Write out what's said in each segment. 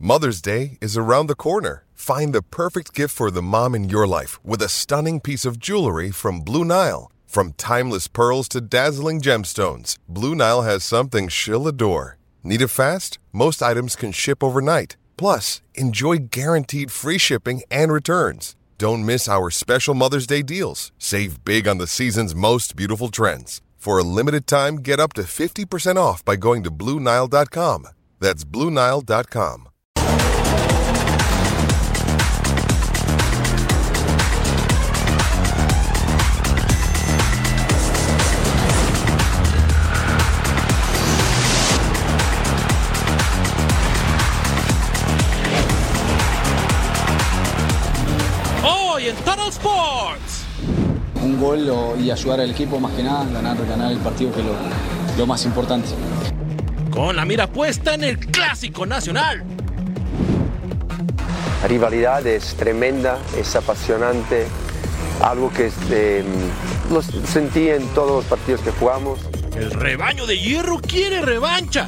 Mother's Day is around the corner. Find the perfect gift for the mom in your life with a stunning piece of jewelry from Blue Nile. From timeless pearls to dazzling gemstones, Blue Nile has something she'll adore. Need it fast? Most items can ship overnight. Plus, enjoy guaranteed free shipping and returns. Don't miss our special Mother's Day deals. Save big on the season's most beautiful trends. For a limited time, get up to 50% off by going to BlueNile.com. That's BlueNile.com. Hoy en Total Sports. Un gol y ayudar al equipo, más que nada, ganar el partido, que es lo más importante. Con la mira puesta en el Clásico Nacional. La rivalidad es tremenda, es apasionante, algo que lo sentí en todos los partidos que jugamos. El rebaño de hierro quiere revancha.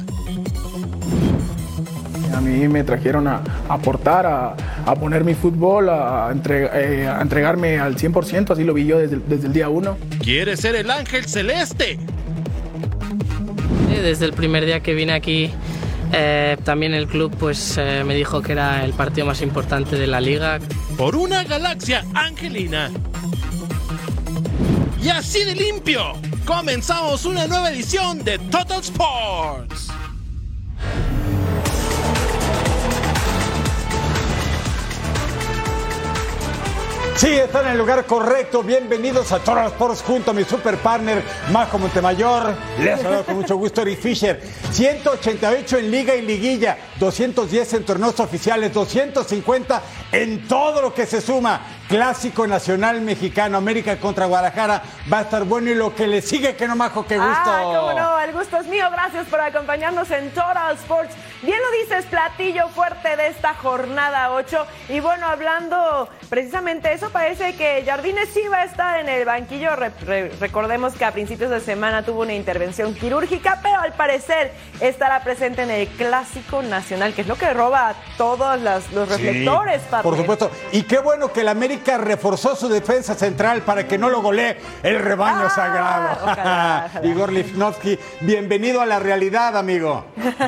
A mí me trajeron a aportar, a poner mi fútbol, a entregarme al 100%, así lo vi yo desde el día 1. Quiere ser el ángel celeste. Desde el primer día que vine aquí, también el club pues me dijo que era el partido más importante de la liga. Por una galaxia angelina. Y así de limpio, comenzamos una nueva edición de Total Sports. Sí, están en el lugar correcto. Bienvenidos a Total Sports junto a mi super partner Majo Montemayor. Les saludo con mucho gusto, Eric Fisher. 188 en Liga y Liguilla, 210 en torneos oficiales, 250 en todo lo que se suma. Clásico Nacional Mexicano, América contra Guadalajara. Va a estar bueno y lo que le sigue, que no, Majo, qué gusto. Cómo no, el gusto es mío. Gracias por acompañarnos en Total Sports. Bien lo dices, platillo fuerte de esta jornada 8. Y bueno, hablando precisamente eso, parece que Jardines sí va a estar en el banquillo. Recordemos que a principios de semana tuvo una intervención quirúrgica, pero al parecer estará presente en el Clásico Nacional, que es lo que roba todos los reflectores, sí, papi. Por supuesto. Y qué bueno que el América reforzó su defensa central para que no lo golee el rebaño sagrado. Ojalá. Igor Lichnowsky, bienvenido a la realidad, amigo.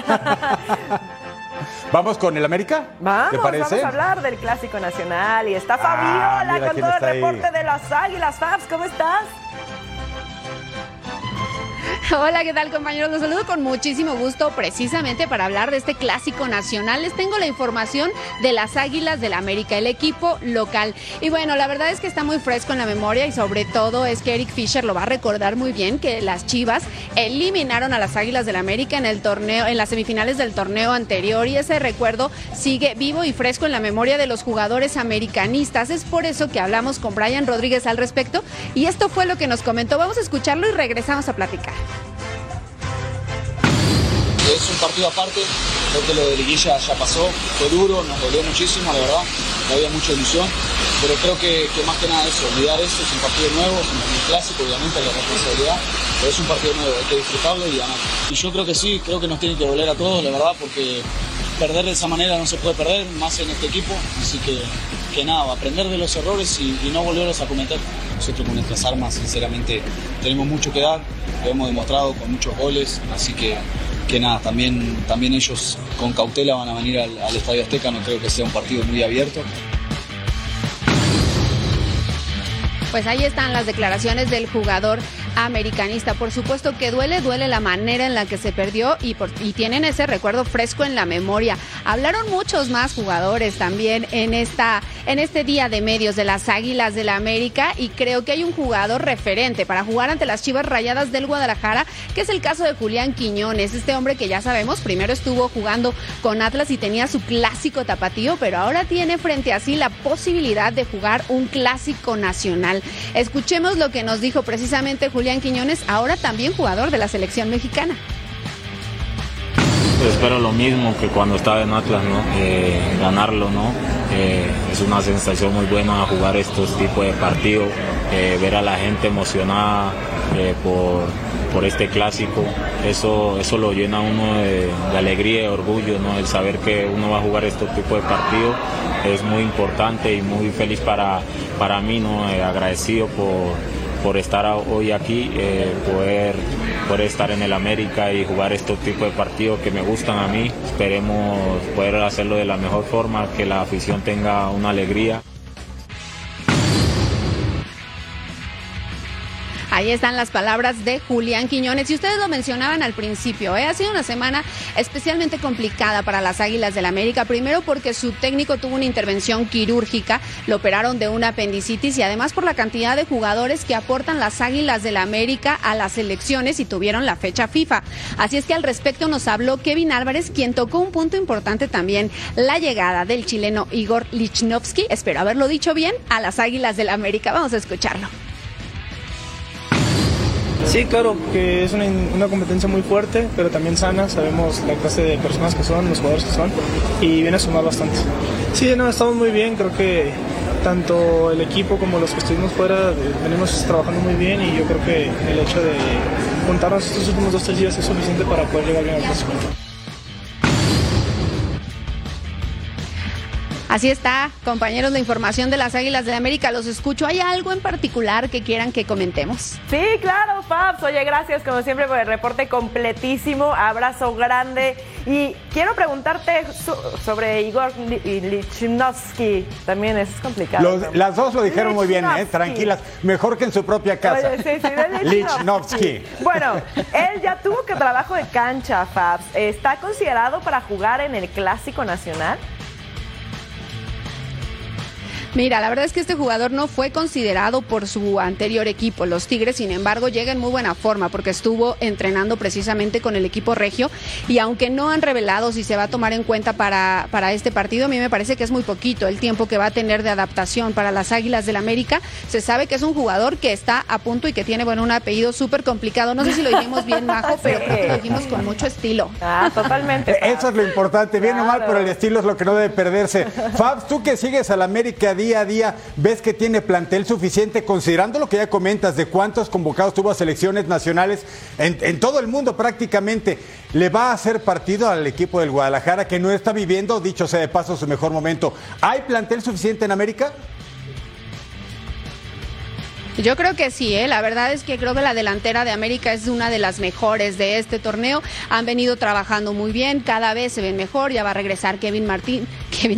¿Vamos con el América? Vamos a hablar del Clásico Nacional. Y está Fabiola con todo el reporte de las Águilas. Fabs, ¿cómo estás? Hola, ¿qué tal, compañeros? Los saludo con muchísimo gusto precisamente para hablar de este Clásico Nacional. Les tengo la información de las Águilas del América, el equipo local. Y bueno, la verdad es que está muy fresco en la memoria y sobre todo es que Eric Fisher lo va a recordar muy bien, que las Chivas eliminaron a las Águilas del América en el torneo, en las semifinales del torneo anterior, y ese recuerdo sigue vivo y fresco en la memoria de los jugadores americanistas. Es por eso que hablamos con Brian Rodríguez al respecto y esto fue lo que nos comentó. Vamos a escucharlo y regresamos a platicar. Es un partido aparte, creo que lo de liguilla ya pasó, fue duro, nos dolió muchísimo, la verdad, había mucha ilusión, pero creo que más que nada eso, olvidar eso, es un partido nuevo, es un clásico, obviamente la responsabilidad, pero es un partido nuevo, hay que disfrutarlo y ganar. Y yo creo que sí, creo que nos tiene que doler a todos, la verdad, porque perder de esa manera no se puede perder, más en este equipo, así que nada, aprender de los errores y no volverlos a cometer. Nosotros con nuestras armas, sinceramente, tenemos mucho que dar, lo hemos demostrado con muchos goles, así que nada, también ellos con cautela van a venir al Estadio Azteca, no creo que sea un partido muy abierto. Pues ahí están las declaraciones del jugador americanista. Por supuesto que duele la manera en la que se perdió y tienen ese recuerdo fresco en la memoria. Hablaron muchos más jugadores también en este día de medios de las Águilas del América y creo que hay un jugador referente para jugar ante las Chivas Rayadas del Guadalajara, que es el caso de Julián Quiñones, este hombre que ya sabemos, primero estuvo jugando con Atlas y tenía su clásico tapatío, pero ahora tiene frente a sí la posibilidad de jugar un clásico nacional. Escuchemos lo que nos dijo precisamente Julián Quiñones, ahora también jugador de la selección mexicana. Espero lo mismo que cuando estaba en Atlas, ¿no? Ganarlo, ¿no? Es una sensación muy buena jugar estos tipos de partidos, ver a la gente emocionada, por este clásico. Eso lo llena a uno de alegría y orgullo, ¿no? El saber que uno va a jugar este tipo de partidos es muy importante y muy feliz para mí, ¿no? Agradecido por estar hoy aquí, poder estar en el América y jugar este tipo de partidos que me gustan a mí. Esperemos poder hacerlo de la mejor forma, que la afición tenga una alegría. Ahí están las palabras de Julián Quiñones. Y ustedes lo mencionaban al principio, ha sido una semana especialmente complicada para las Águilas del América. Primero porque su técnico tuvo una intervención quirúrgica, lo operaron de una apendicitis, y además por la cantidad de jugadores que aportan las Águilas del América a las selecciones y tuvieron la fecha FIFA. Así es que al respecto nos habló Kevin Álvarez, quien tocó un punto importante también, la llegada del chileno Igor Lichnowsky, espero haberlo dicho bien, a las Águilas del América. Vamos a escucharlo. Sí, claro, que es una competencia muy fuerte, pero también sana. Sabemos la clase de personas que son, los jugadores que son, y viene a sumar bastante. Sí, no, estamos muy bien. Creo que tanto el equipo como los que estuvimos fuera venimos trabajando muy bien, y yo creo que el hecho de juntarnos estos últimos 2-3 días es suficiente para poder llegar bien al próximo. Así está, compañeros, la información de las Águilas del América. Los escucho. ¿Hay algo en particular que quieran que comentemos? Sí, claro, Fabs. Oye, gracias como siempre por el reporte completísimo. Abrazo grande. Y quiero preguntarte sobre Igor Lichnowsky. También es complicado. Las dos lo dijeron muy bien, tranquilas. Mejor que en su propia casa. Oye, sí, Lichnowsky. Bueno, él ya tuvo que trabajo de cancha, Fabs. ¿Está considerado para jugar en el Clásico Nacional? Mira, la verdad es que este jugador no fue considerado por su anterior equipo, los Tigres. Sin embargo, llega en muy buena forma porque estuvo entrenando precisamente con el equipo regio, y aunque no han revelado si se va a tomar en cuenta para este partido, a mí me parece que es muy poquito el tiempo que va a tener de adaptación para las Águilas del América. Se sabe que es un jugador que está a punto y que tiene, bueno, un apellido súper complicado. No sé si lo dijimos bien, Majo, pero creo que lo dijimos con mucho estilo. Totalmente. Eso es lo importante, bien o mal, pero el estilo es lo que no debe perderse. Fabs, tú que sigues al América día a día, ¿ves que tiene plantel suficiente, considerando lo que ya comentas de cuántos convocados tuvo a selecciones nacionales en todo el mundo prácticamente? ¿Le va a hacer partido al equipo del Guadalajara, que no está viviendo, dicho sea de paso, su mejor momento? ¿Hay plantel suficiente en América? Yo creo que sí, la verdad es que creo que la delantera de América es una de las mejores de este torneo. Han venido trabajando muy bien, cada vez se ven mejor. Ya va a regresar Henry Martín,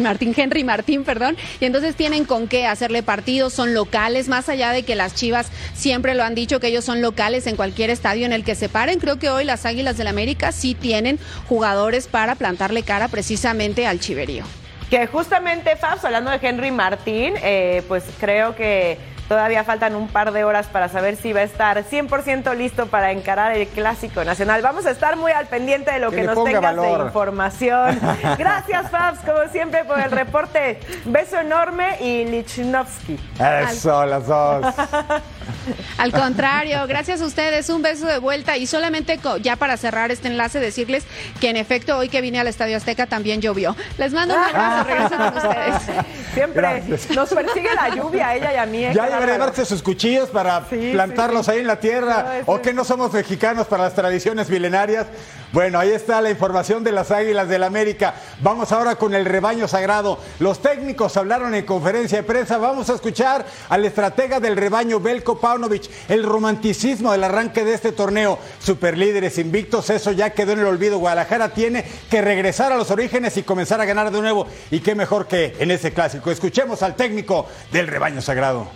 y entonces tienen con qué hacerle partidos. Son locales, más allá de que las Chivas siempre lo han dicho, que ellos son locales en cualquier estadio en el que se paren. Creo que hoy las Águilas del América sí tienen jugadores para plantarle cara precisamente al chiverío. Que justamente, Fabs, hablando de Henry Martín, pues creo que todavía faltan un par de horas para saber si va a estar 100% listo para encarar el Clásico Nacional. Vamos a estar muy al pendiente de lo que nos tengas de información. Gracias, Fabs, como siempre, por el reporte. Beso enorme, y Lichnowsky. Eso, las dos. Al contrario, gracias a ustedes, un beso de vuelta. Y solamente ya para cerrar este enlace, decirles que en efecto hoy que vine al Estadio Azteca también llovió. Les mando un abrazo, regreso con ustedes. Siempre nos persigue la lluvia, ella y a mí. Ya debería llevarse sus cuchillos para plantarlos ahí en la tierra, o que no somos mexicanos para las tradiciones milenarias. Bueno, ahí está la información de las Águilas del América. Vamos ahora con el rebaño sagrado. Los técnicos hablaron en conferencia de prensa. Vamos a escuchar al estratega del rebaño, Veljko Paunovic. El romanticismo del arranque de este torneo. Superlíderes invictos, eso ya quedó en el olvido. Guadalajara tiene que regresar a los orígenes y comenzar a ganar de nuevo. Y qué mejor que en ese clásico. Escuchemos al técnico del rebaño sagrado.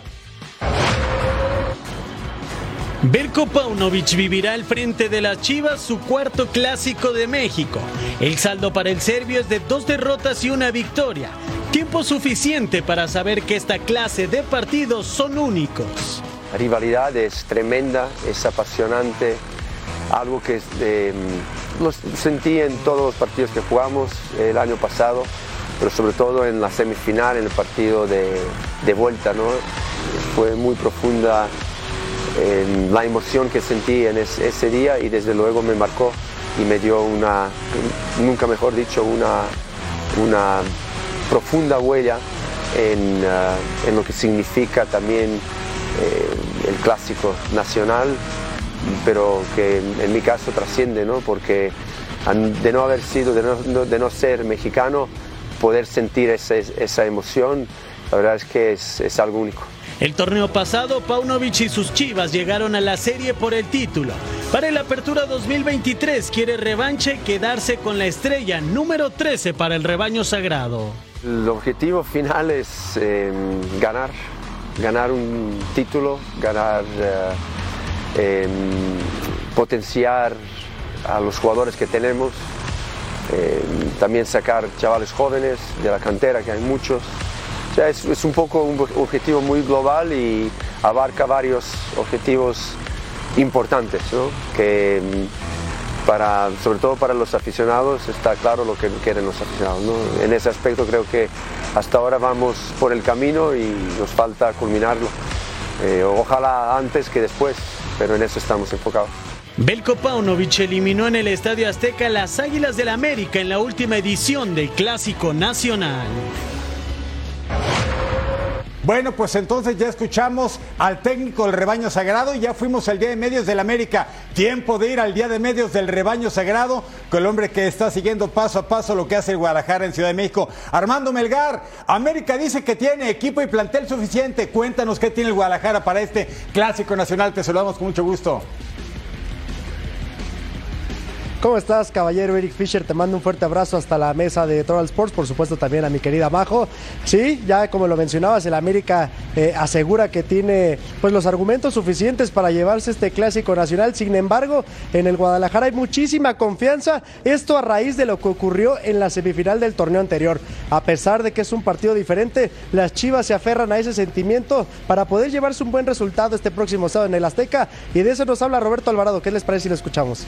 Veljko Paunovic vivirá al frente de las Chivas su cuarto clásico de México. El saldo para el serbio es de 2 derrotas y 1 victoria. Tiempo suficiente para saber que esta clase de partidos son únicos. La rivalidad es tremenda, es apasionante, algo que lo sentí en todos los partidos que jugamos el año pasado, pero sobre todo en la semifinal, en el partido de vuelta, ¿no? Fue muy profunda la emoción que sentí en ese día, y desde luego me marcó y me dio nunca mejor dicho, una profunda huella en lo que significa también el Clásico Nacional, pero que en mi caso trasciende, ¿no? Porque de no haber sido, de no ser mexicano, poder sentir esa emoción, la verdad es que es algo único. El torneo pasado, Paunovic y sus Chivas llegaron a la serie por el título. Para el Apertura 2023 quiere revancha y quedarse con la estrella número 13 para el rebaño sagrado. El objetivo final es ganar un título, potenciar a los jugadores que tenemos, también sacar chavales jóvenes de la cantera, que hay muchos. O sea, es un poco un objetivo muy global y abarca varios objetivos importantes, ¿no? Que sobre todo para los aficionados está claro lo que quieren los aficionados, ¿no? En ese aspecto creo que hasta ahora vamos por el camino y nos falta culminarlo. Ojalá antes que después, pero en eso estamos enfocados. Belko Paunovic eliminó en el Estadio Azteca a las Águilas del América en la última edición del Clásico Nacional. Bueno, pues entonces ya escuchamos al técnico del Rebaño Sagrado y ya fuimos al Día de Medios del América. Tiempo de ir al Día de Medios del Rebaño Sagrado con el hombre que está siguiendo paso a paso lo que hace el Guadalajara en Ciudad de México. Armando Melgar, América dice que tiene equipo y plantel suficiente. Cuéntanos qué tiene el Guadalajara para este Clásico Nacional. Te saludamos con mucho gusto. ¿Cómo estás, caballero? Eric Fisher, te mando un fuerte abrazo hasta la mesa de Total Sports, por supuesto también a mi querida Majo. Sí, ya como lo mencionabas, el América asegura que tiene pues los argumentos suficientes para llevarse este Clásico Nacional. Sin embargo, en el Guadalajara hay muchísima confianza, esto a raíz de lo que ocurrió en la semifinal del torneo anterior. A pesar de que es un partido diferente, las Chivas se aferran a ese sentimiento para poder llevarse un buen resultado este próximo sábado en el Azteca, y de eso nos habla Roberto Alvarado. ¿Qué les parece si lo escuchamos?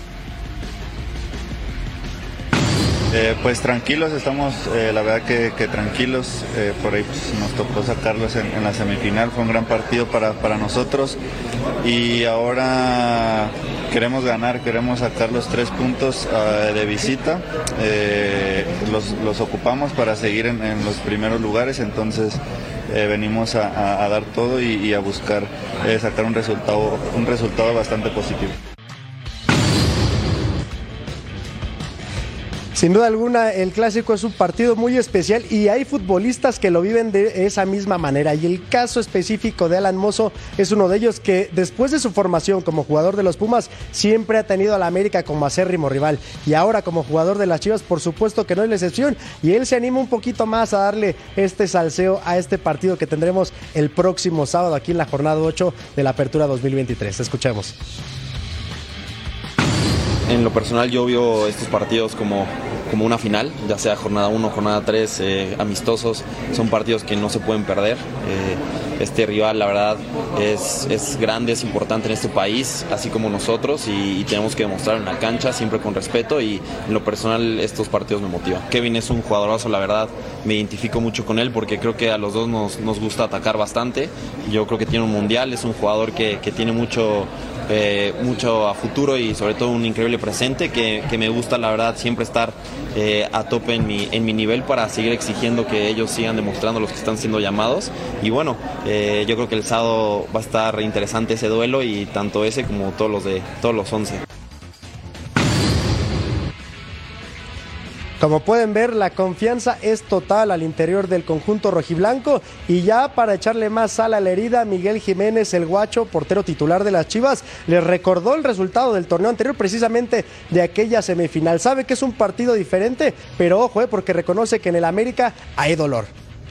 Pues tranquilos, estamos la verdad que tranquilos, por ahí pues, nos tocó sacarlos en la semifinal, fue un gran partido para nosotros y ahora queremos ganar, queremos sacar los 3 puntos de visita, los ocupamos para seguir en los primeros lugares, entonces venimos a dar todo y a buscar sacar un resultado bastante positivo. Sin duda alguna, el Clásico es un partido muy especial y hay futbolistas que lo viven de esa misma manera. Y el caso específico de Alan Mozo es uno de ellos que después de su formación como jugador de los Pumas siempre ha tenido a la América como acérrimo rival. Y ahora como jugador de las Chivas, por supuesto que no es la excepción. Y él se anima un poquito más a darle este salseo a este partido que tendremos el próximo sábado aquí en la jornada 8 de la Apertura 2023. Escuchemos. En lo personal yo veo estos partidos como una final, ya sea jornada 1, jornada 3, amistosos, son partidos que no se pueden perder. Este rival la verdad es grande, es importante en este país, así como nosotros, y tenemos que demostrarlo en la cancha, siempre con respeto, y en lo personal estos partidos me motivan. Kevin es un jugadorazo, la verdad, me identifico mucho con él porque creo que a los dos nos gusta atacar bastante. Yo creo que tiene un mundial, es un jugador que tiene mucho a futuro y sobre todo un increíble presente que me gusta la verdad siempre estar a tope en mi nivel para seguir exigiendo que ellos sigan demostrando los que están siendo llamados, y bueno, yo creo que el sábado va a estar interesante ese duelo, y tanto ese como todos los 11. Como pueden ver, la confianza es total al interior del conjunto rojiblanco, y ya para echarle más sal a la herida, Miguel Jiménez, el Guacho, portero titular de las Chivas, les recordó el resultado del torneo anterior, precisamente de aquella semifinal. Sabe que es un partido diferente, pero ojo, porque reconoce que en el América hay dolor.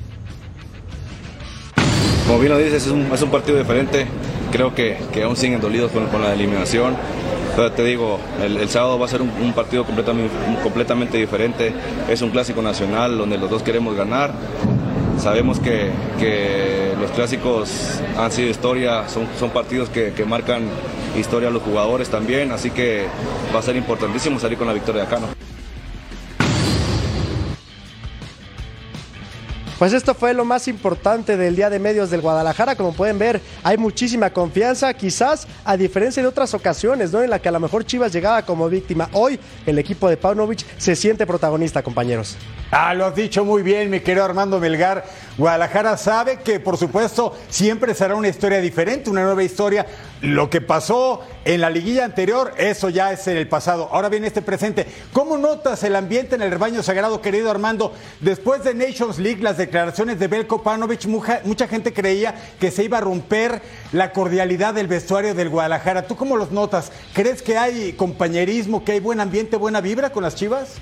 Como bien lo dices, es un partido diferente, creo que aún siguen dolidos con la eliminación. Pero te digo, el sábado va a ser un partido completamente diferente, es un clásico nacional donde los dos queremos ganar. Sabemos que los clásicos han sido historia, son partidos que marcan historia a los jugadores también, así que va a ser importantísimo salir con la victoria de acá, ¿no? Pues esto fue lo más importante del Día de Medios del Guadalajara. Como pueden ver, hay muchísima confianza, quizás a diferencia de otras ocasiones, ¿no?, en la que a lo mejor Chivas llegaba como víctima. Hoy el equipo de Paunovic se siente protagonista, compañeros. Lo has dicho muy bien, mi querido Armando Melgar. Guadalajara sabe que, por supuesto, siempre será una historia diferente, una nueva historia. Lo que pasó en la liguilla anterior, eso ya es en el pasado. Ahora viene este presente. ¿Cómo notas el ambiente en el rebaño sagrado, querido Armando? Después de Nations League, las declaraciones de Veljko Paunovic, mucha gente creía que se iba a romper la cordialidad del vestuario del Guadalajara. ¿Tú cómo los notas? ¿Crees que hay compañerismo, que hay buen ambiente, buena vibra con las Chivas?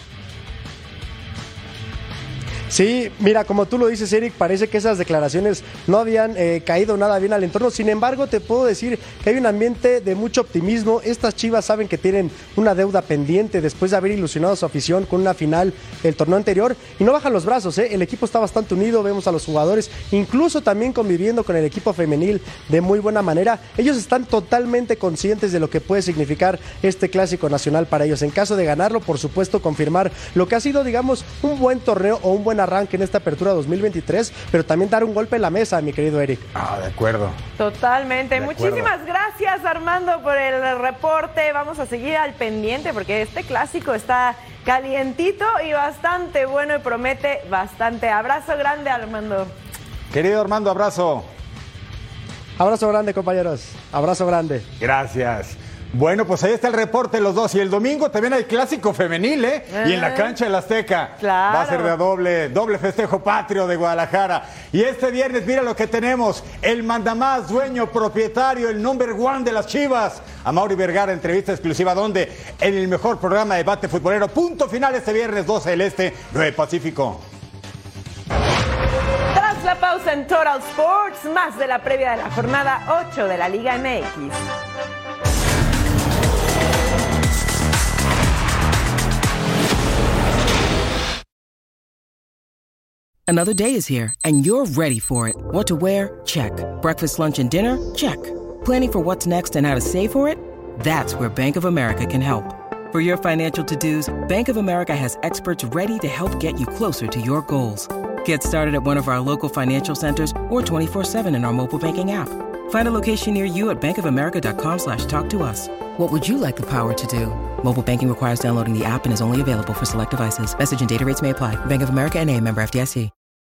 Sí, mira, como tú lo dices, Eric, parece que esas declaraciones no habían caído nada bien al entorno. Sin embargo, te puedo decir que hay un ambiente de mucho optimismo. Estas Chivas saben que tienen una deuda pendiente después de haber ilusionado a su afición con una final el torneo anterior y no bajan los brazos, ¿eh? El equipo está bastante unido, vemos a los jugadores, incluso también conviviendo con el equipo femenil de muy buena manera. Ellos están totalmente conscientes de lo que puede significar este clásico nacional para ellos. En caso de ganarlo, por supuesto, confirmar lo que ha sido, digamos, un buen torneo o un buen arranque en esta apertura 2023, pero también dar un golpe en la mesa, mi querido Eric. De acuerdo. Totalmente. De acuerdo. Muchísimas gracias, Armando, por el reporte. Vamos a seguir al pendiente porque este clásico está calientito y bastante bueno y promete bastante. Abrazo grande, Armando. Querido Armando, abrazo. Abrazo grande, compañeros. Abrazo grande. Gracias. Bueno, pues ahí está el reporte de los dos. Y el domingo también hay clásico femenil, ¿eh? Y en la cancha del Azteca. Claro. Va a ser de doble festejo patrio de Guadalajara. Y este viernes, mira lo que tenemos. El mandamás, dueño, propietario, el number one de las Chivas. Amaury Vergara, entrevista exclusiva. ¿Dónde? En el mejor programa de debate futbolero. Punto final este viernes, 12 del Este, 9 Pacífico. Tras la pausa en Total Sports, más de la previa de la jornada 8 de la Liga MX. Another day is here, and you're ready for it. What to wear? Check. Breakfast, lunch, and dinner? Check. Planning for what's next and how to save for it? That's where Bank of America can help. For your financial to-dos, Bank of America has experts ready to help get you closer to your goals. Get started at one of our local financial centers or 24/7 in our mobile banking app. Find a location near you at bankofamerica.com/talktous. What would you like the power to do? Mobile banking requires downloading the app and is only available for select devices. Message and data rates may apply. Bank of America N.A., member FDIC.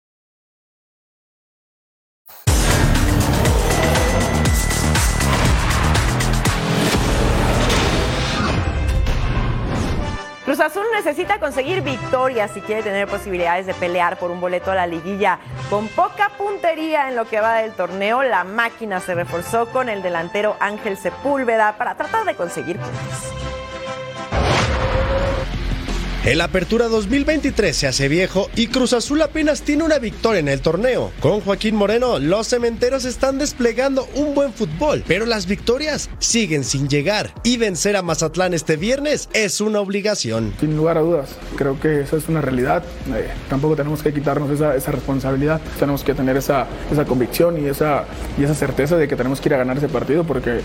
Cruz Azul necesita conseguir victorias si quiere tener posibilidades de pelear por un boleto a la liguilla. Con poca puntería en lo que va del torneo, la máquina se reforzó con el delantero Ángel Sepúlveda para tratar de conseguir puntos. El Apertura 2023 se hace viejo y Cruz Azul apenas tiene una victoria en el torneo. Con Joaquín Moreno, los cementeros están desplegando un buen fútbol, pero las victorias siguen sin llegar y vencer a Mazatlán este viernes es una obligación. Sin lugar a dudas, creo que esa es una realidad. Tampoco tenemos que quitarnos esa responsabilidad. Tenemos que tener esa convicción y esa certeza de que tenemos que ir a ganar ese partido porque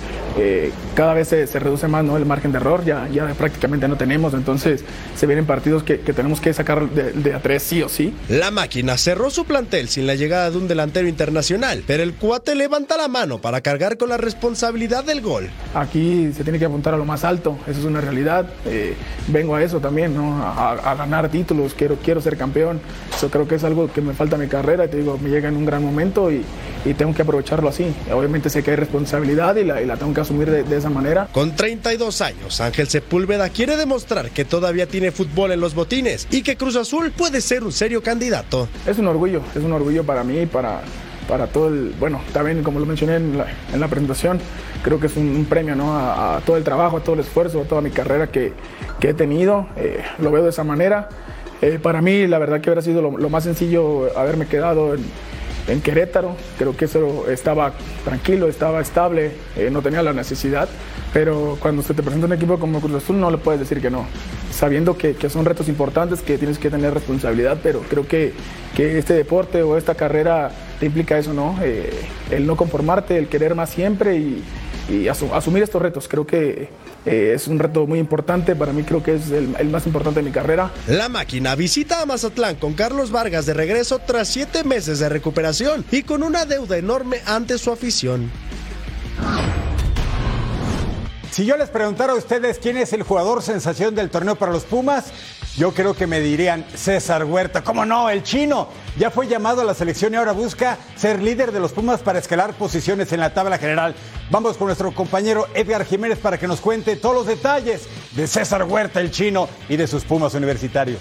cada vez se reduce más, ¿no?, el margen de error. Ya prácticamente no tenemos, entonces se vienen partidos que tenemos que sacar de a tres sí o sí. La máquina cerró su plantel sin la llegada de un delantero internacional, pero el cuate levanta la mano para cargar con la responsabilidad del gol. Aquí se tiene que apuntar a lo más alto, eso es una realidad. Vengo a eso también, ¿no?, a ganar títulos, quiero ser campeón. Eso creo que es algo que me falta en mi carrera y te digo, me llega en un gran momento y tengo que aprovecharlo así. Obviamente sé que hay responsabilidad y la tengo que asumir de esa manera. Con 32 años, Ángel Sepúlveda quiere demostrar que todavía tiene fútbol en los botines y que Cruz Azul puede ser un serio candidato. Es un orgullo para mí y para todo el, bueno, también como lo mencioné en la presentación, creo que es un premio, ¿no?, a todo el trabajo, a todo el esfuerzo, a toda mi carrera que he tenido. Lo veo de esa manera. Para mí la verdad que hubiera sido lo más sencillo haberme quedado en Querétaro. Creo que eso estaba tranquilo, estaba estable, no tenía la necesidad, pero cuando se te presenta un equipo como Cruz Azul no le puedes decir que no, sabiendo que son retos importantes, que tienes que tener responsabilidad, pero creo que este deporte o esta carrera te implica eso, ¿no? El no conformarte, el querer más siempre y asumir estos retos. Creo que es un reto muy importante, para mí creo que es el más importante de mi carrera. La máquina visita a Mazatlán con Carlos Vargas de regreso tras 7 meses de recuperación y con una deuda enorme ante su afición. Si yo les preguntara a ustedes quién es el jugador sensación del torneo para los Pumas, yo creo que me dirían César Huerta. ¿Cómo no? El chino ya fue llamado a la selección y ahora busca ser líder de los Pumas para escalar posiciones en la tabla general. Vamos con nuestro compañero Edgar Jiménez para que nos cuente todos los detalles de César Huerta, el chino, y de sus Pumas universitarios.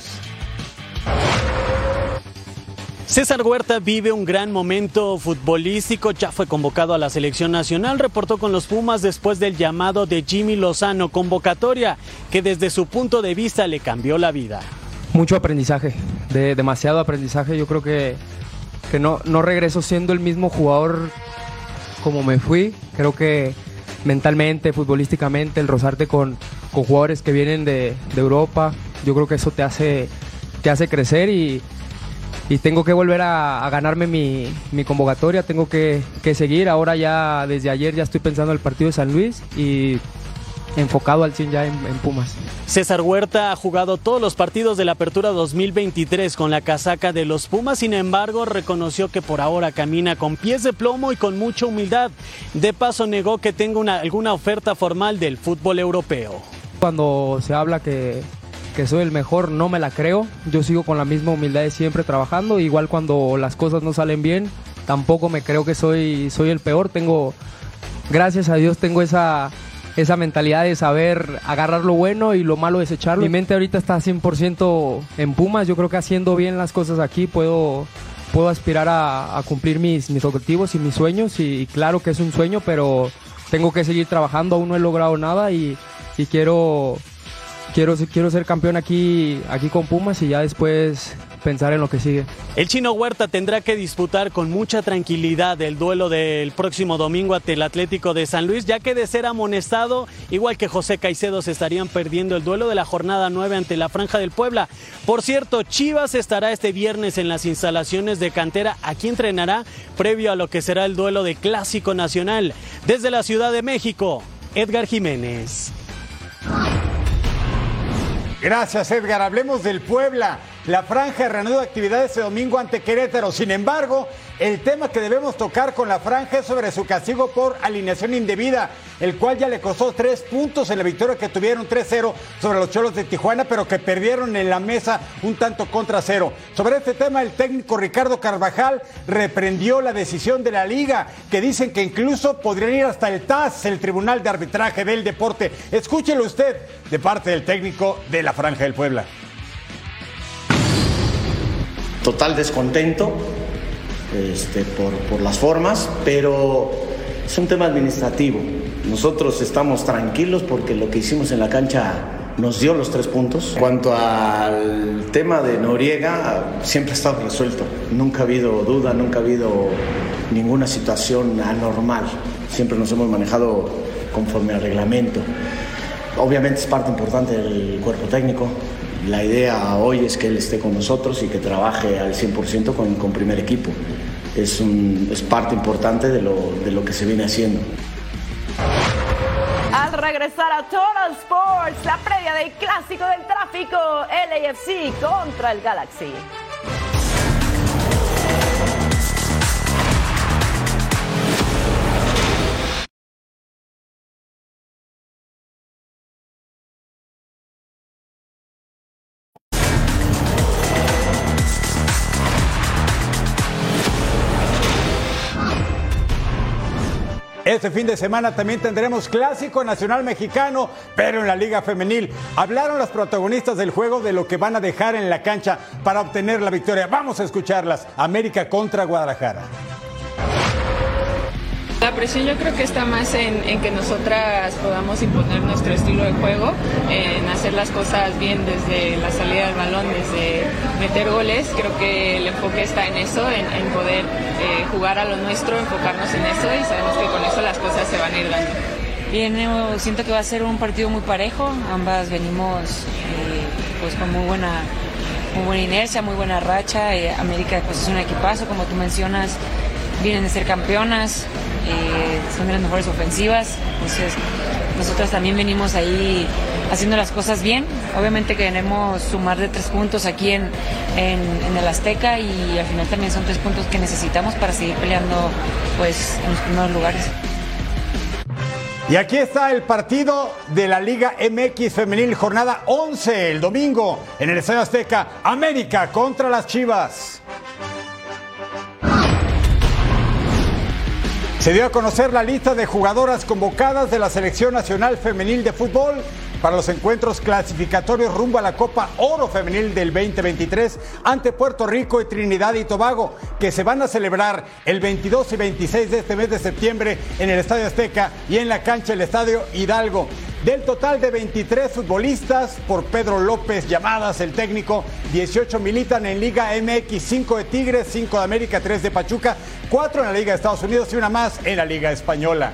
César Huerta vive un gran momento futbolístico, ya fue convocado a la selección nacional, reportó con los Pumas después del llamado de Jimmy Lozano, convocatoria que desde su punto de vista le cambió la vida. Mucho aprendizaje, demasiado aprendizaje. Yo creo que no regreso siendo el mismo jugador como me fui. Creo que mentalmente, futbolísticamente, el rozarte con jugadores que vienen de Europa, yo creo que eso te hace crecer y tengo que volver a ganarme mi convocatoria, tengo que seguir. Ahora ya, desde ayer ya estoy pensando en el partido de San Luis y enfocado al 100 ya en Pumas. César Huerta ha jugado todos los partidos de la Apertura 2023 con la casaca de los Pumas, sin embargo reconoció que por ahora camina con pies de plomo y con mucha humildad. De paso negó que tenga alguna oferta formal del fútbol europeo. Cuando se habla que soy el mejor, no me la creo. Yo sigo con la misma humildad de siempre trabajando. Igual cuando las cosas no salen bien, tampoco me creo que soy el peor. Gracias a Dios, tengo esa mentalidad de saber agarrar lo bueno y lo malo desecharlo. Mi mente ahorita está 100% en Pumas. Yo creo que haciendo bien las cosas aquí puedo aspirar a cumplir mis objetivos y mis sueños. Y claro que es un sueño, pero tengo que seguir trabajando. Aún no he logrado nada y quiero ser campeón aquí con Pumas y ya después pensar en lo que sigue. El chino Huerta tendrá que disputar con mucha tranquilidad el duelo del próximo domingo ante el Atlético de San Luis, ya que de ser amonestado, igual que José Caicedo, se estarían perdiendo el duelo de la jornada 9 ante la Franja del Puebla. Por cierto, Chivas estará este viernes en las instalaciones de cantera. Aquí entrenará previo a lo que será el duelo de Clásico Nacional. Desde la Ciudad de México, Edgar Jiménez. Gracias, Edgar. Hablemos del Puebla. La Franja reanuda actividades este domingo ante Querétaro. Sin embargo, el tema que debemos tocar con la Franja es sobre su castigo por alineación indebida, el cual ya le costó 3 puntos en la victoria que tuvieron 3-0 sobre los Cholos de Tijuana, pero que perdieron en la mesa un tanto contra 0. Sobre este tema, el técnico Ricardo Carvajal reprendió la decisión de la liga, que dicen que incluso podrían ir hasta el TAS, el Tribunal de Arbitraje del Deporte. Escúchelo usted de parte del técnico de la Franja del Puebla. Total descontento por las formas, pero es un tema administrativo. Nosotros estamos tranquilos porque lo que hicimos en la cancha nos dio los 3 puntos. En cuanto al tema de Noriega, siempre ha estado resuelto. Nunca ha habido duda, nunca ha habido ninguna situación anormal. Siempre nos hemos manejado conforme al reglamento. Obviamente es parte importante del cuerpo técnico. La idea hoy es que él esté con nosotros y que trabaje al 100% con primer equipo. Es parte importante de lo que se viene haciendo. Al regresar a Total Sports, la previa del Clásico del Tráfico, LAFC contra el Galaxy. Este fin de semana también tendremos Clásico Nacional Mexicano, pero en la Liga Femenil. Hablaron las protagonistas del juego de lo que van a dejar en la cancha para obtener la victoria. Vamos a escucharlas. América contra Guadalajara. La presión yo creo que está más en que nosotras podamos imponer nuestro estilo de juego, en hacer las cosas bien desde la salida del balón, desde meter goles. Creo que el enfoque está en eso, en poder jugar a lo nuestro, enfocarnos en eso y sabemos que con eso las cosas se van a ir dando. Bien, siento que va a ser un partido muy parejo, ambas venimos pues con muy buena inercia, muy buena racha. América pues es un equipazo, como tú mencionas, vienen de ser campeonas. Son de las mejores ofensivas, entonces nosotras también venimos ahí haciendo las cosas bien. Obviamente queremos sumar de 3 puntos aquí en el Azteca y al final también son 3 puntos que necesitamos para seguir peleando pues en los primeros lugares. Y aquí está el partido de la Liga MX Femenil, jornada 11, el domingo, en el Estadio Azteca, América contra las Chivas. Se dio a conocer la lista de jugadoras convocadas de la Selección Nacional Femenil de Fútbol para los encuentros clasificatorios rumbo a la Copa Oro Femenil del 2023 ante Puerto Rico y Trinidad y Tobago, que se van a celebrar el 22 y 26 de este mes de septiembre en el Estadio Azteca y en la cancha del Estadio Hidalgo. Del total de 23 futbolistas, por Pedro López llamadas el técnico, 18 militan en Liga MX, 5 de Tigres, 5 de América, 3 de Pachuca, 4 en la Liga de Estados Unidos y una más en la Liga Española.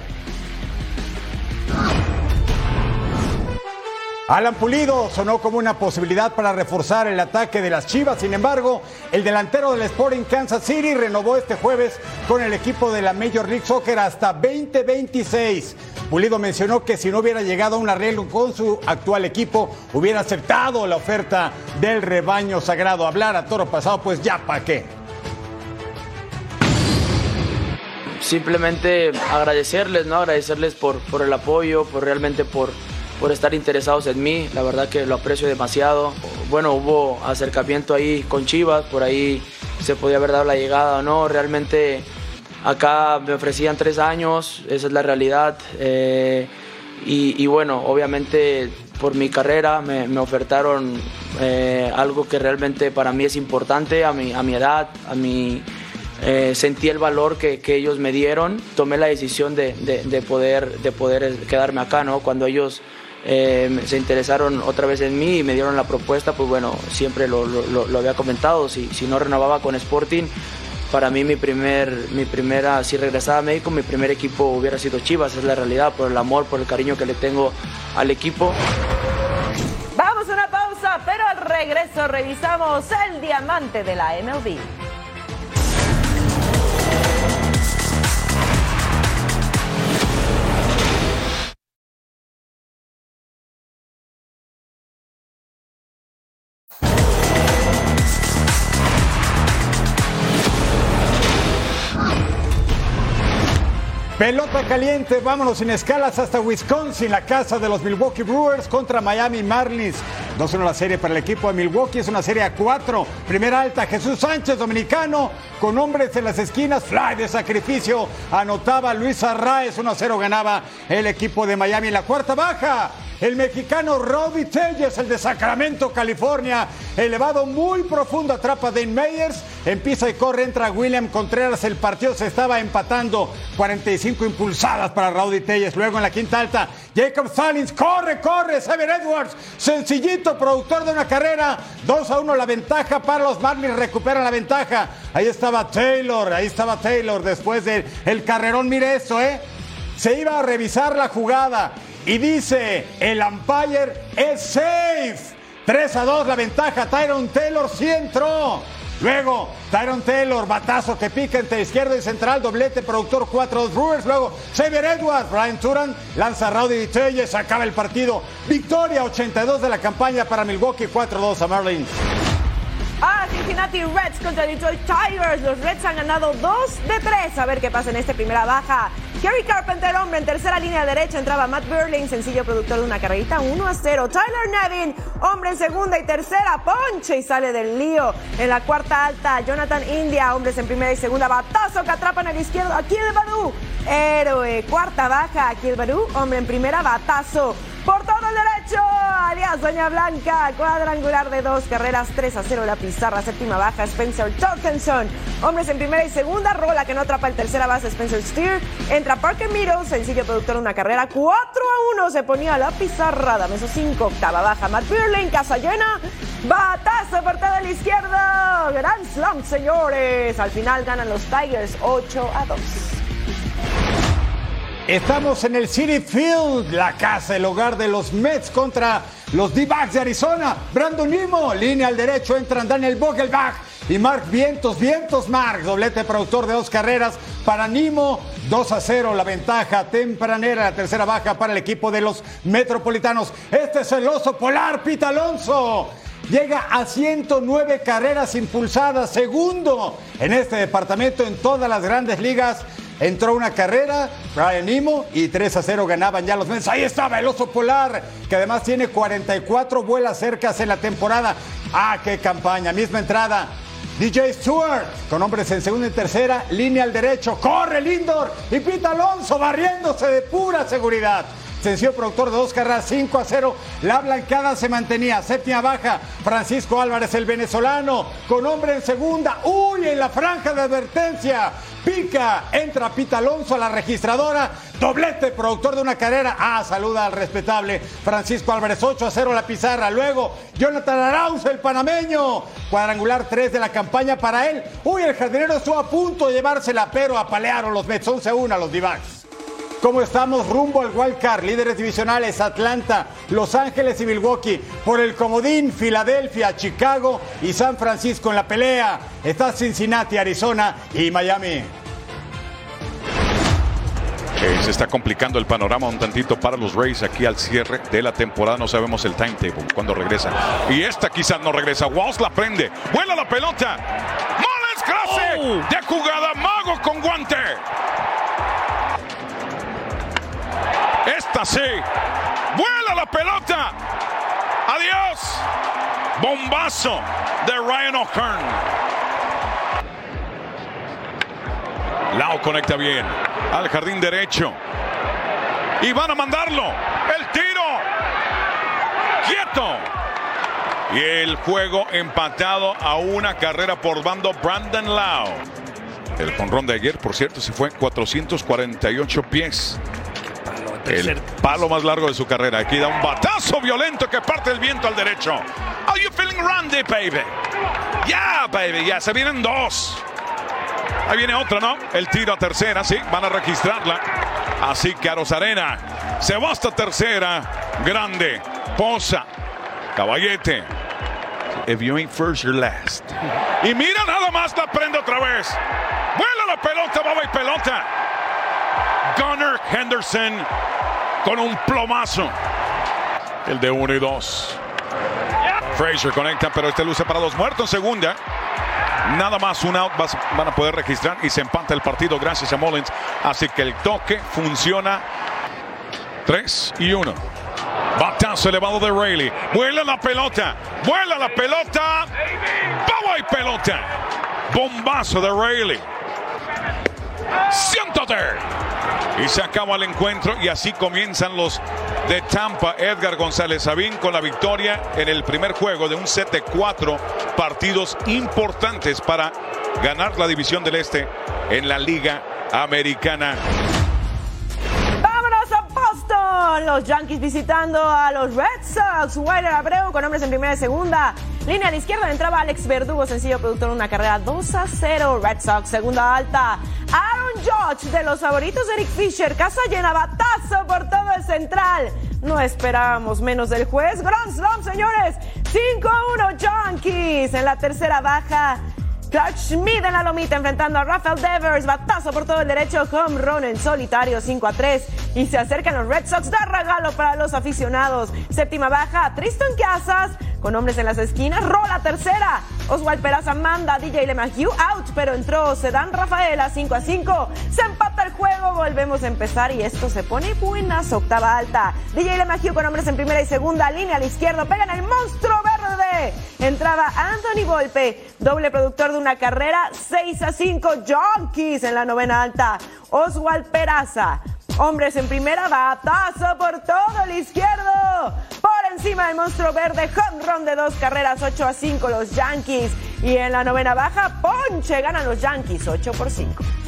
Alan Pulido sonó como una posibilidad para reforzar el ataque de las Chivas. Sin embargo, el delantero del Sporting Kansas City renovó este jueves con el equipo de la Major League Soccer hasta 2026. Pulido mencionó que si no hubiera llegado a un arreglo con su actual equipo, hubiera aceptado la oferta del rebaño sagrado. Hablar a toro pasado, pues ya pa' qué. Simplemente agradecerles, ¿no? Agradecerles por el apoyo, por estar interesados en mí. La verdad que lo aprecio demasiado. Bueno, hubo acercamiento ahí con Chivas, por ahí se podía haber dado la llegada o no. Realmente acá me ofrecían 3 años, esa es la realidad. Y bueno, obviamente por mi carrera me ofertaron algo que realmente para mí es importante, a mi edad, sentí el valor que ellos me dieron. Tomé la decisión de poder quedarme acá, ¿no? Cuando ellos se interesaron otra vez en mí y me dieron la propuesta, pues bueno, siempre lo había comentado, si no renovaba con Sporting, para mí si regresaba a México, mi primer equipo hubiera sido Chivas, es la realidad, por el amor, por el cariño que le tengo al equipo. Vamos a una pausa, pero al regreso revisamos el diamante de la MLB. Pelota caliente, vámonos sin escalas hasta Wisconsin, la casa de los Milwaukee Brewers contra Miami Marlins. 2-1 la serie para el equipo de Milwaukee, es una serie a 4. Primera alta, Jesús Sánchez, dominicano, con hombres en las esquinas, fly de sacrificio, anotaba Luis Arraez, 1-0 ganaba el equipo de Miami. En la cuarta baja, el mexicano Rowdy Tellez, el de Sacramento, California, elevado muy profundo, atrapa a Dane Meyers, empieza y corre, entra William Contreras, el partido se estaba empatando, 45 impulsadas para Rowdy Tellez. Luego en la quinta alta, Jacob Stallings, corre, Xavier Edwards, sencillito, productor de una carrera, 2-1 la ventaja para los Marlins, recuperan la ventaja. Ahí estaba Taylor, después del carrerón, mire eso, se iba a revisar la jugada y dice el umpire es safe. 3-2 la ventaja, Tyrone Taylor sí entró. Luego, Tyrone Taylor, batazo que pica entre izquierdo y central, doblete, productor 4-2 Brewers. Luego, Xavier Edwards, Brian Turan, lanza Rowdy Tellez, acaba el partido. Victoria 82 de la campaña para Milwaukee, 4-2 a Marlins. Cincinnati Reds contra Detroit Tigers. Los Reds han ganado 2 de 3. A ver qué pasa en esta primera baja. Gary Carpenter, hombre, en tercera línea derecha entraba Matt Burling, sencillo productor de una carrerita, 1-0. Tyler Nevin, hombre, en segunda y tercera, ponche y sale del lío. En la cuarta alta, Jonathan India, hombres en primera y segunda, batazo que atrapan al izquierdo, Akil Baddoo, héroe. Cuarta baja, Akil Baddoo, hombre en primera, batazo por todo el derecho, alias Doña Blanca, cuadrangular de 2 carreras, 3-0 la pizarra. Séptima baja, Spencer Torkelson, hombres en primera y segunda, rola que no atrapa el tercera base, Spencer Steer, entra Parker Meadows, sencillo productor de una carrera, 4-1 se ponía la pizarra. Dame esos 5, octava baja, Matt Burling, casa llena, batazo por todo el izquierdo, Grand Slam, señores. Al final ganan los Tigers 8-2. Estamos en el Citi Field, la casa, el hogar de los Mets contra los D-backs de Arizona. Brandon Nimmo, línea al derecho, entran Daniel Vogelbach y Mark Vientos. Mark, doblete productor de 2 carreras para Nimmo. 2-0 la ventaja tempranera, la tercera baja para el equipo de los Metropolitanos. Este es el oso polar, Pete Alonso. Llega a 109 carreras impulsadas, segundo en este departamento en todas las grandes ligas. entró una carrera, Brian Emo, y 3-0 ganaban ya los Mets. Ahí estaba el oso polar, que además tiene 44 vuelas cercas en la temporada. ¡Ah, qué campaña! Misma entrada. DJ Stewart, con hombres en segunda y tercera, línea al derecho, corre Lindor y Pete Alonso barriéndose de pura seguridad. Sencillo productor de 2 carreras, 5-0. La blancada se mantenía. Séptima baja, Francisco Álvarez, el venezolano, con hombre en segunda. ¡Uy! En la franja de advertencia. Pica, entra Pete Alonso a la registradora. Doblete, productor de una carrera. Saluda al respetable Francisco Álvarez. 8-0 la pizarra. Luego, Jonathan Arauz, el panameño. Cuadrangular 3 de la campaña para él. ¡Uy! El jardinero estuvo a punto de llevársela, pero apalearon los Mets. 11-1 a los D-backs. ¿Cómo estamos? Rumbo al Wild Card, líderes divisionales, Atlanta, Los Ángeles y Milwaukee. Por el comodín, Filadelfia, Chicago y San Francisco en la pelea. Está Cincinnati, Arizona y Miami. Se está complicando el panorama un tantito para los Rays aquí al cierre de la temporada. No sabemos el timetable, cuándo regresa. Y esta quizás no regresa. Walsh la prende, vuela la pelota. Mullins, clase de jugada, mago con guante. Esta sí, vuela la pelota. Adiós. Bombazo de Ryan O'Hearn. Lau conecta bien al jardín derecho. Y van a mandarlo. El tiro. Quieto. Y el juego empatado a una carrera por bando. Brandon Lau. El jonrón de ayer, por cierto, se fue 448 pies. El palo más largo de su carrera. Aquí da un batazo violento que parte el viento al derecho. Are you feeling Randy, baby? Yeah, baby, ya se vienen dos. Ahí viene otra, ¿no? El tiro a tercera, sí, van a registrarla. Así que Arozarena se va hasta tercera. Grande, posa, Caballete. If you ain't first, you're last. Y mira nada más, la prende otra vez. Vuela la pelota, baba y pelota. Gunnar Henderson con un plomazo. El de 1 y 2. Frazier conecta, pero este luce para los muertos en segunda. Nada más un out van a poder registrar y se empata el partido gracias a Mullins. Así que el toque funciona. 3 y 1. Batazo elevado de Rayleigh. Vuela la pelota. Vuela la pelota. ¡Baba y pelota! Bombazo de Rayleigh. ¡Siéntate! Y se acaba el encuentro y así comienzan los de Tampa. Edgar González Sabín con la victoria en el primer juego de un set de 4 partidos importantes para ganar la división del Este en la Liga Americana. ¡Vámonos a Boston! Los Yankees visitando a los Red Sox. Wilder Abreu con hombres en primera y segunda. Línea a la izquierda entraba Alex Verdugo, sencillo productor de una carrera. 2-0 Red Sox, segunda alta. Aaron Judge de los favoritos de Eric Fisher, casa llena, batazo por todo el central. No esperábamos menos del juez. Grand Slam, señores. 5-1 Yankees en la tercera baja. Clark Schmidt en la lomita enfrentando a Rafael Devers. Batazo por todo el derecho. Home run en solitario. 5-3. Y se acercan los Red Sox. Da regalo para los aficionados. Séptima baja. Tristan Casas con hombres en las esquinas. Rola tercera. Oswald Peraza manda a DJ LeMahieu out. Pero entró Sedán Rafaela. 5-5. Se empata el juego. Volvemos a empezar. Y esto se pone buenas. Octava alta. DJ LeMahieu con hombres en primera y segunda. Línea a la izquierda. Pegan el monstruo verde. Entraba Anthony Volpe. Doble productor de una carrera. 6-5 Yankees en la novena alta. Oswald Peraza. Hombres en primera, batazo por todo el izquierdo. Por encima del monstruo verde, home run de 2 carreras, 8-5 los Yankees. Y en la novena baja, ponche, ganan los Yankees, 8-5.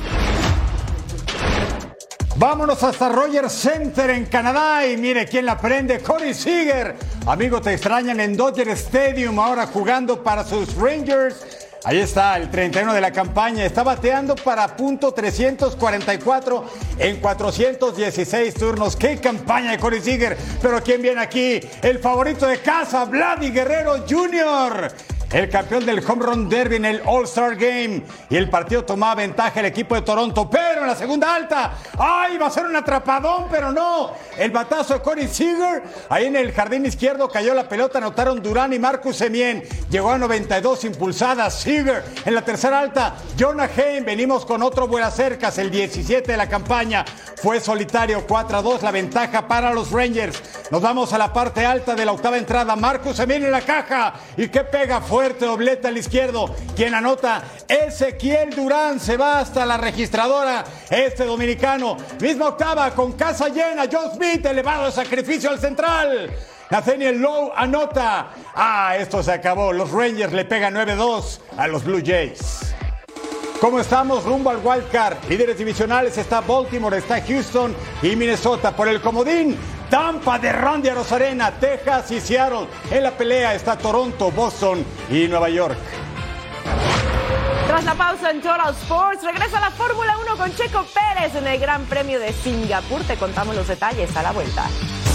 Vámonos hasta Rogers Center en Canadá y mire quién la prende, Corey Seager. Amigo, te extrañan en Dodger Stadium, ahora jugando para sus Rangers. Ahí está, el 31 de la campaña. Está bateando para .344 en 416 turnos. ¡Qué campaña de Corey Seager! Pero ¿quién viene aquí? El favorito de casa, Vladdy Guerrero Jr. el campeón del Home Run Derby en el All-Star Game. Y el partido tomaba ventaja el equipo de Toronto, pero en la segunda alta, ¡ay! Va a ser un atrapadón, pero no. El batazo de Corey Seager, ahí en el jardín izquierdo cayó la pelota, anotaron Durán y Marcus Semien. Llegó a 92 impulsadas Seager. En la tercera alta, Jonah Heim, venimos con otro vuelacercas, el 17 de la campaña. Fue solitario, 4-2 la ventaja para los Rangers. Nos vamos a la parte alta de la octava entrada, Marcus Semien en la caja. Y que pega fuerte, doblete al izquierdo. Quien anota, Ezequiel Durán, se va hasta la registradora, este dominicano. Misma octava, con casa llena, John Smith, elevado de sacrificio al central. Nathaniel Lowe anota. Esto se acabó. Los Rangers le pegan 9-2 a los Blue Jays. ¿Cómo estamos? Rumbo al Wild Card. Líderes divisionales está Baltimore, está Houston y Minnesota. Por el comodín, Tampa de Randy Arozarena, Texas y Seattle. En la pelea está Toronto, Boston y Nueva York. Tras la pausa en Total Sports, regresa la Fórmula 1 con Checo Pérez en el Gran Premio de Singapur. Te contamos los detalles a la vuelta.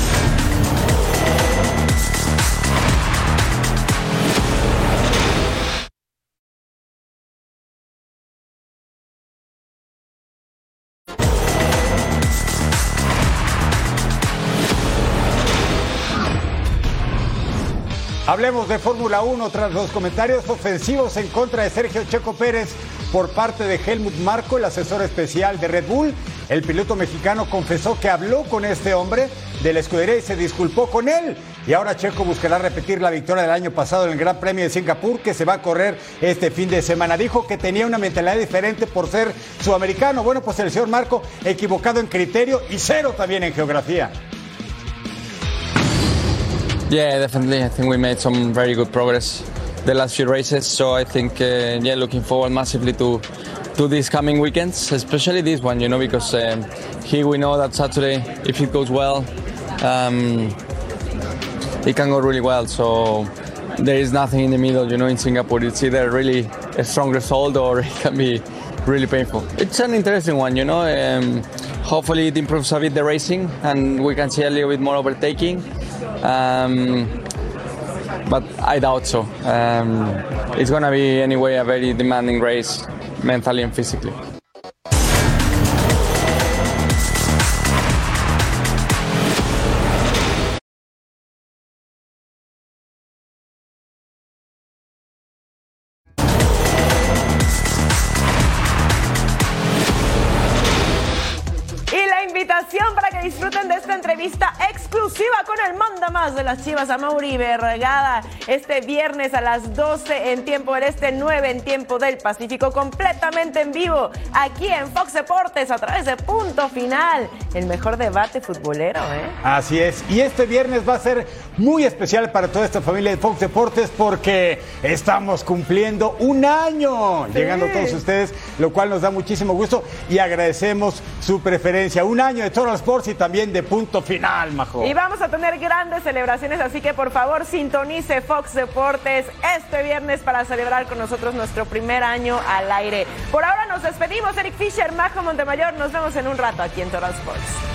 Hablemos de Fórmula 1 tras los comentarios ofensivos en contra de Sergio Checo Pérez por parte de Helmut Marko, el asesor especial de Red Bull. El piloto mexicano confesó que habló con este hombre de la escudería y se disculpó con él. Y ahora Checo buscará repetir la victoria del año pasado en el Gran Premio de Singapur, que se va a correr este fin de semana. Dijo que tenía una mentalidad diferente por ser sudamericano. Bueno, pues el señor Marko equivocado en criterio y cero también en geografía. Yeah, definitely. I think we made some very good progress the last few races. So I think, looking forward massively to these coming weekends, especially this one, because here we know that Saturday, if it goes well, it can go really well. So there is nothing in the middle, in Singapore. It's either really a strong result or it can be really painful. It's an interesting one, hopefully it improves a bit the racing and we can see a little bit more overtaking. But I doubt so. It's going to be anyway a very demanding race, mentally and physically. Para que disfruten de esta entrevista exclusiva con el mandamás de las Chivas, Amaury Vergara, este viernes a las 12 en tiempo del Este, 9 en tiempo del Pacífico, completamente en vivo, aquí en Fox Deportes, a través de Punto Final, el mejor debate futbolero, Así es, y este viernes va a ser muy especial para toda esta familia de Fox Deportes porque estamos cumpliendo un año, llegando todos ustedes, lo cual nos da muchísimo gusto y agradecemos su preferencia. Un año de Total Sports y también de Punto Final, Majo. Y vamos a tener grandes celebraciones, así que por favor sintonice Fox Deportes este viernes para celebrar con nosotros nuestro primer año al aire. Por ahora nos despedimos, Eric Fisher, Majo Montemayor, nos vemos en un rato aquí en Total Sports.